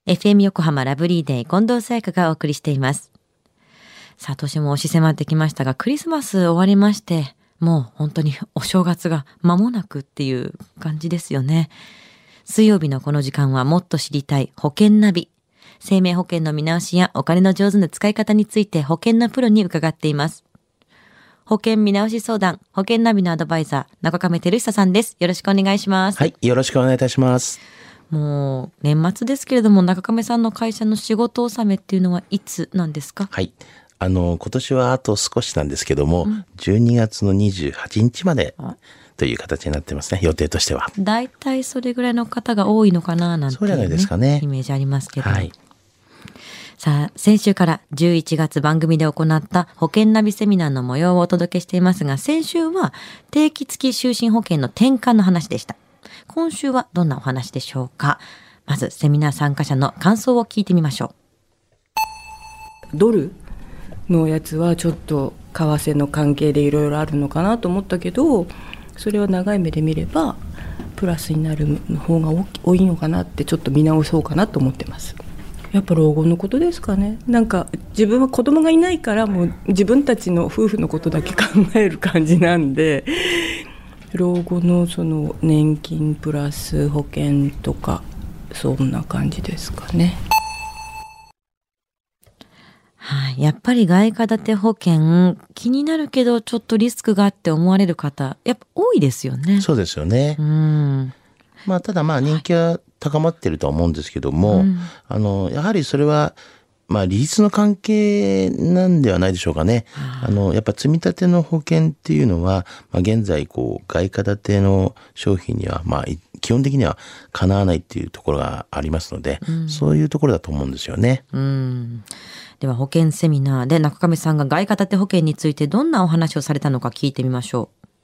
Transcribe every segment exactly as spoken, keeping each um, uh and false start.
エフエム 横浜ラブリーデー近藤沙耶香がお送りしています。さあ、年も押し迫ってきましたが、クリスマス終わりまして、もう本当にお正月が間もなくっていう感じですよね。水曜日のこの時間はもっと知りたい保険ナビ。生命保険の見直しやお金の上手な使い方について保険のプロに伺っています。保険見直し相談、保険ナビのアドバイザー、中亀照久さんです。よろしくお願いします。 はい、よろしくお願いいたします。 もう年末ですけれども、中亀さんの会社の仕事納めっていうのはいつなんですか？ はい、あの今年はあと少しなんですけども、うん、じゅうにがつのにじゅうはちにちまでという形になってますね、予定としては。 だいたいそれぐらいの方が多いのかななんていう、ね、 そうじゃないですかね、 イメージありますけど、 はい、 さあ、先週からじゅういちがつ番組で行った保険ナビセミナーの模様をお届けしていますが、先週は定期付き就寝保険の転換の話でした。今週はどんなお話でしょうか。まずセミナー参加者の感想を聞いてみましょう。ドルのやつはちょっと為替の関係でいろいろあるのかなと思ったけど、それは長い目で見ればプラスになる方が多いのかなって、ちょっと見直そうかなと思ってます。やっぱ老後のことですかね。なんか自分は子供がいないから、もう自分たちの夫婦のことだけ考える感じなんで、老後のその年金プラス保険とか、そんな感じですかね。 はい、やっぱり外貨建て保険気になるけどちょっとリスクがあって思われる方やっぱ多いですよね。 そうですよね。 うん、 まあ、ただまあ人気は高まっているとは思うんですけども、はい、あのやはりそれはまあ利率の関係なんではないでしょうかね。あのやっぱ積み立ての保険っていうのは、まあ、現在こう外貨建ての商品にはまあ基本的にはかなわないっていうところがありますので、うん、そういうところだと思うんですよね。 うん、では保険セミナーで中亀さんが外貨建て保険についてどんなお話をされたのか聞いてみましょう。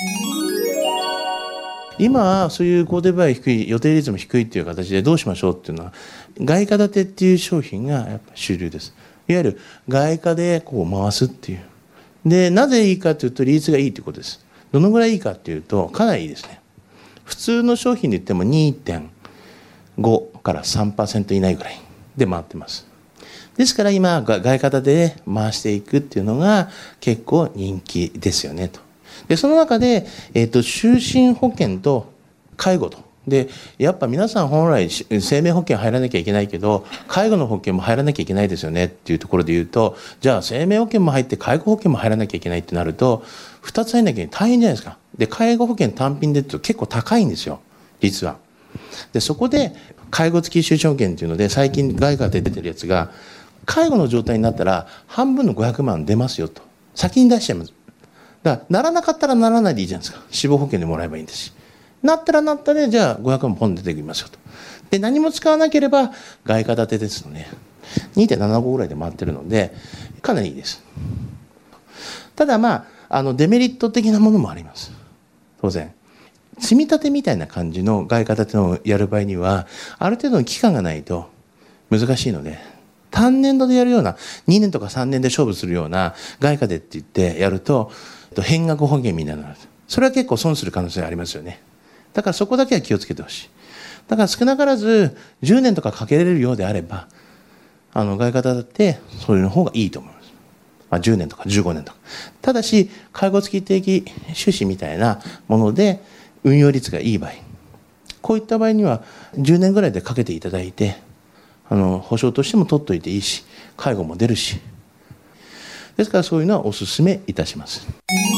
今はそういう公定売買低い、予定率も低いっていう形でどうしましょうっていうのは、外貨建てっていう商品がやっぱ主流です。いわゆる外貨でこう回すっていう。で、なぜいいかというと利率がいいということです。どのぐらいいいかっていうとかなりいいですね。普通の商品で言っても にてんご から さんパーセント 以内ぐらいで回ってます。ですから今外貨建てで回していくっていうのが結構人気ですよねと。でその中で、えーと、就寝保険と介護と。で、やっぱ皆さん本来生命保険入らなきゃいけないけど、介護の保険も入らなきゃいけないですよねっていうところで言うと、じゃあ生命保険も入って介護保険も入らなきゃいけないってなると、ふたつ入んなきゃいけない。大変じゃないですか。で、介護保険単品でって結構高いんですよ、実は。で、そこで介護付き就寝保険っていうので、最近外貨で出てるやつが、介護の状態になったら半分のごひゃくまん出ますよと。先に出しちゃいます。だからならなかったらならないでいいじゃないですか。死亡保険でもらえばいいんですし、なったらなったでじゃあごひゃくまんポン出てきますよと。で何も使わなければ外貨建てですので にてんななご ぐらいで回ってるのでかなりいいです。ただまああのデメリット的なものもあります。当然積み立てみたいな感じの外貨建てをやる場合にはある程度の期間がないと難しいので、単年度でやるようなにねんとかさんねんで勝負するような外貨でって言ってやると変額保険みたいになる。それは結構損する可能性がありますよね。だからそこだけは気をつけてほしい。だから少なからずじゅうねんとかかけられるようであれば、あの外貨建てそういうの方がいいと思います。まあ、じゅうねんとかじゅうごねんとか。ただし介護付き定期収支みたいなもので運用率がいい場合、こういった場合にはじゅうねんぐらいでかけていただいて、あの保証としても取っといていいし、介護も出るし、ですからそういうのはお勧めいたします。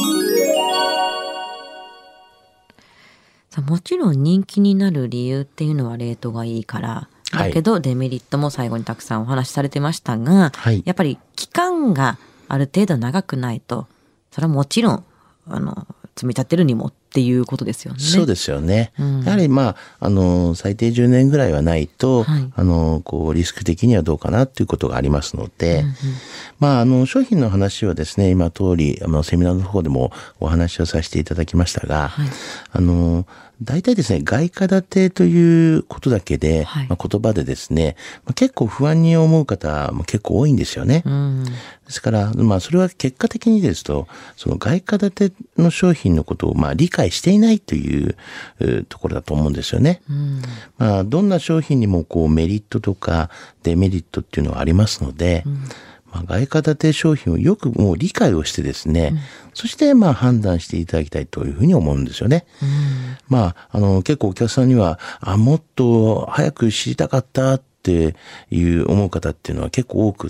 もちろん人気になる理由っていうのはレートがいいからだけど、はい、デメリットも最後にたくさんお話しされてましたが、はい、やっぱり期間がある程度長くないと、それはもちろんあの積み立てるにもっていうことですよね。 そうですよね、うん、やはりまああの最低じゅうねんぐらいはないと、はい、あのこうリスク的にはどうかなということがありますので、うんうん、まああの商品の話はですね、今通りあのセミナーの方でもお話をさせていただきましたが、はい、あの大体ですね、外貨建てということだけで、 はいまあ、言葉でですね、まあ、結構不安に思う方も結構多いんですよね。 うんですから、まあ、それは結果的にですと、その外貨建ての商品のことをまあ理解していないというえーところだと思うんですよね。 うんまあ、どんな商品にもこうメリットとかデメリットっていうのはありますので、まあ、外貨建て商品をよくもう理解をしてですね、そしてまあ判断していただきたいというふうに思うんですよね。まあ、あの結構お客さんには、あ、もっと早く知りたかったっていう思う方っていうのは結構多くって、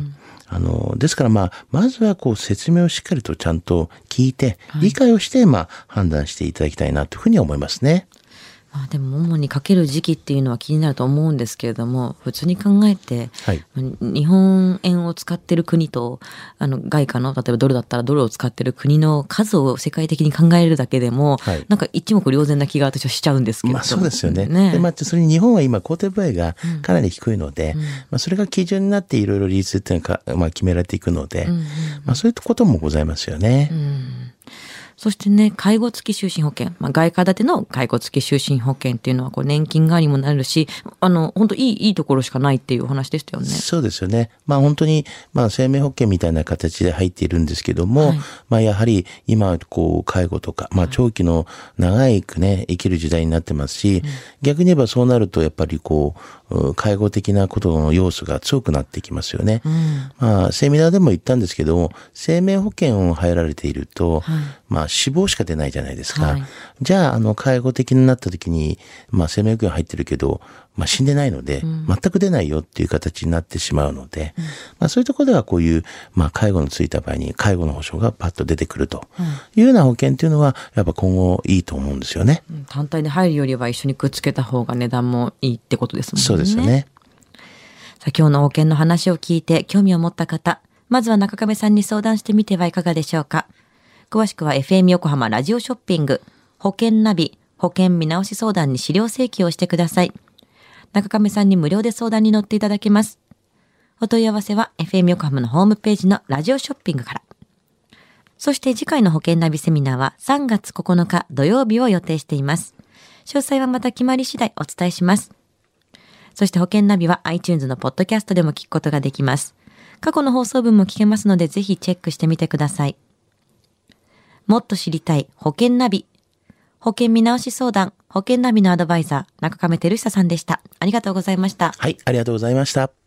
あの、ですからまあ、まずはこう説明をしっかりとちゃんと聞いて、理解をしてまあ判断していただきたいなというふうに思いますね。 まあ、でも主にかける時期っていうのは気になると思うんですけれども、普通に考えて、 はい日本円を使ってる国とあの外貨の例えばドルだったらドルを使ってる国の数を世界的に考えるだけでも、はい、なんか一目瞭然な気が私はしちゃうんですけれども、 まあ、そうですよね。 ねでまあ、それに日本は今公定売がかなり低いので、うんまあ、それが基準になっていろいろ利率っていうのが、まあ、決められていくので、うんうんうんまあ、そういうこともございますよね。 うんそしてね、介護付き就寝保険、まあ、外貨建ての介護付き就寝保険っていうのはこう年金代わりにもなるし、あの本当いいいいところしかないっていうお話でしたよね。 そうですよね。まあ本当にまあ生命保険みたいな形で入っているんですけども、はい、まあやはり今こう介護とかまあ長期の長くね生きる時代になってますし、うん、逆に言えばそうなるとやっぱりこう介護的なことの要素が強くなってきますよね。うん、まあセミナーでも言ったんですけども、生命保険を入られていると、はい、まあ死亡しか出ないじゃないですか。はい、じゃあ、あの、介護的になった時に、まあ生命保険入ってるけど、まあ死んでないので、うん、全く出ないよっていう形になってしまうので、うん、まあそういうところではこういう、まあ介護のついた場合に介護の保障がパッと出てくるというような保険っていうのは、やっぱ今後いいと思うんですよね。 うん、単体で入るよりは一緒にくっつけた方が値段もいいってことですもんね。 そうですよね。 さあ今日の保険の話を聞いて興味を持った方、まずは中亀さんに相談してみてはいかがでしょうか。詳しくは エフエム 横浜ラジオショッピング保険ナビ保険見直し相談に資料請求をしてください。中亀さんに無料で相談に乗っていただけます。お問い合わせは エフエム 横浜のホームページのラジオショッピングから。そして次回の保険ナビセミナーはさんがつここのか土曜日を予定しています。詳細はまた決まり次第お伝えします。そして保険ナビは iTunes のポッドキャストでも聞くことができます。過去の放送分も聞けますのでぜひチェックしてみてください。もっと知りたい保険ナビ。保険見直し相談、保険ナビのアドバイザー、中亀照久さんでした。ありがとうございました。 はい、ありがとうございました。